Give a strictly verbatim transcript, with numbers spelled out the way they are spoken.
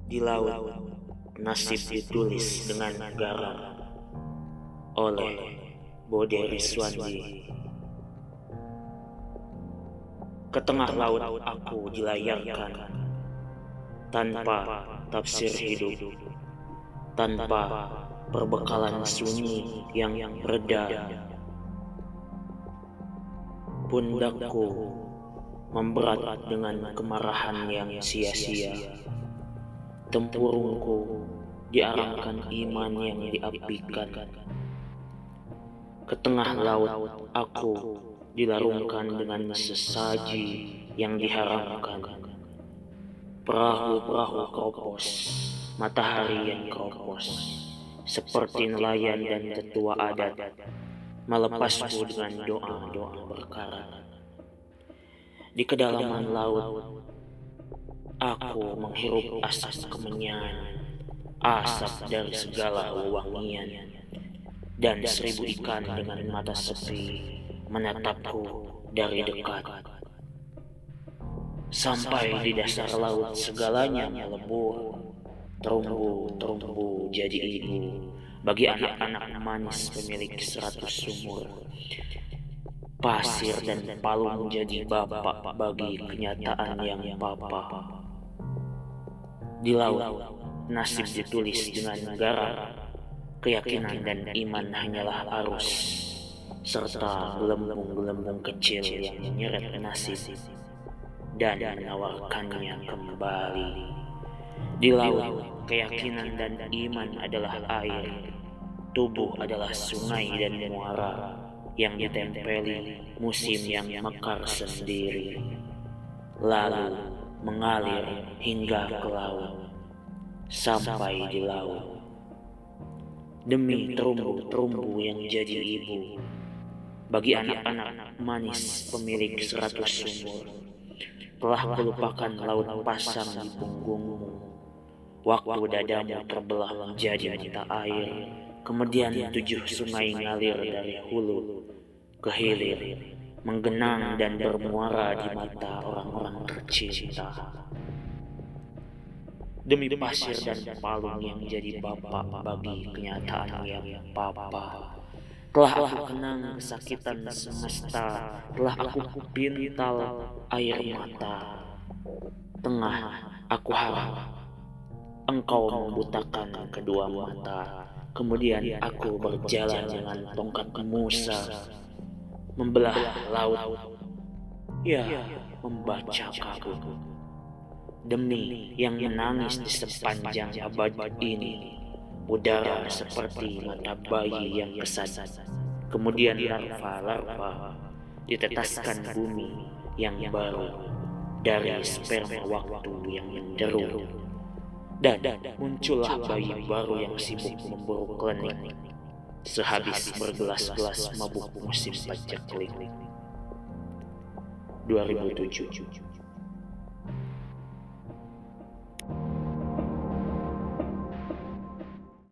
Di laut, nasib ditulis dengan garam oleh Bode Riswandi. Ke tengah laut aku dilayarkan, tanpa tafsir hidup, tanpa perbekalan sunyi yang reda. Pundakku memberat dengan kemarahan yang sia-sia. Tempurungku diarahkan iman yang diapikan. Ke tengah laut aku dilarungkan dengan sesaji yang diharamkan. Perahu-perahu keropos, matahari yang keropos, seperti nelayan dan tetua adat, melepasku dengan doa-doa berkarat. Di kedalaman laut, aku menghirup asap kemenyan, asap dari segala wewangian, dan seribu ikan dengan mata sepi menatapku dari dekat. Sampai di dasar laut segalanya melebur, terumbu-terumbu jadi ibu bagi anak-anak manis pemilik seratus sumur. Pasir dan palung jadi bapak bagi kenyataan yang papa. Di laut, nasib ditulis dengan garam. Keyakinan dan iman hanyalah arus, serta gelembung-gelembung kecil yang menyeret nasib dan menawarkannya kembali. Di laut, keyakinan dan iman adalah air, tubuh adalah sungai dan muara yang ditempeli musim yang mekar sendiri, lalu mengalir hingga ke laut, sampai di laut. Demi terumbu-terumbu yang jadi ibu bagi anak-anak manis pemilik seratus sumur, telah kulupakan laut pasang di punggungmu. Waktu dadamu terbelah menjadi mata air, kemudian tujuh sungai ngalir dari hulu ke hilir, menggenang dan bermuara di mata orang-orang tercinta. Demi pasir dan palung yang jadi bapak bagi kenyataan yang papa, telah aku kenang kesakitan semesta, telah aku pintal air mata. Tengah aku harap engkau membutakan kedua mata, kemudian aku berjalan dengan tongkat Musa, membelah laut, ya membaca kabut. Demi yang menangis di sepanjang abad ini, udara seperti mata bayi yang kesat, kemudian larva-larva ditetaskan bumi yang baru dari sperma waktu yang menderu, dan muncullah bayi baru yang sibuk memburu klenik sehabis bergelas-gelas mabuk musim paceklik. dua ribu tujuh.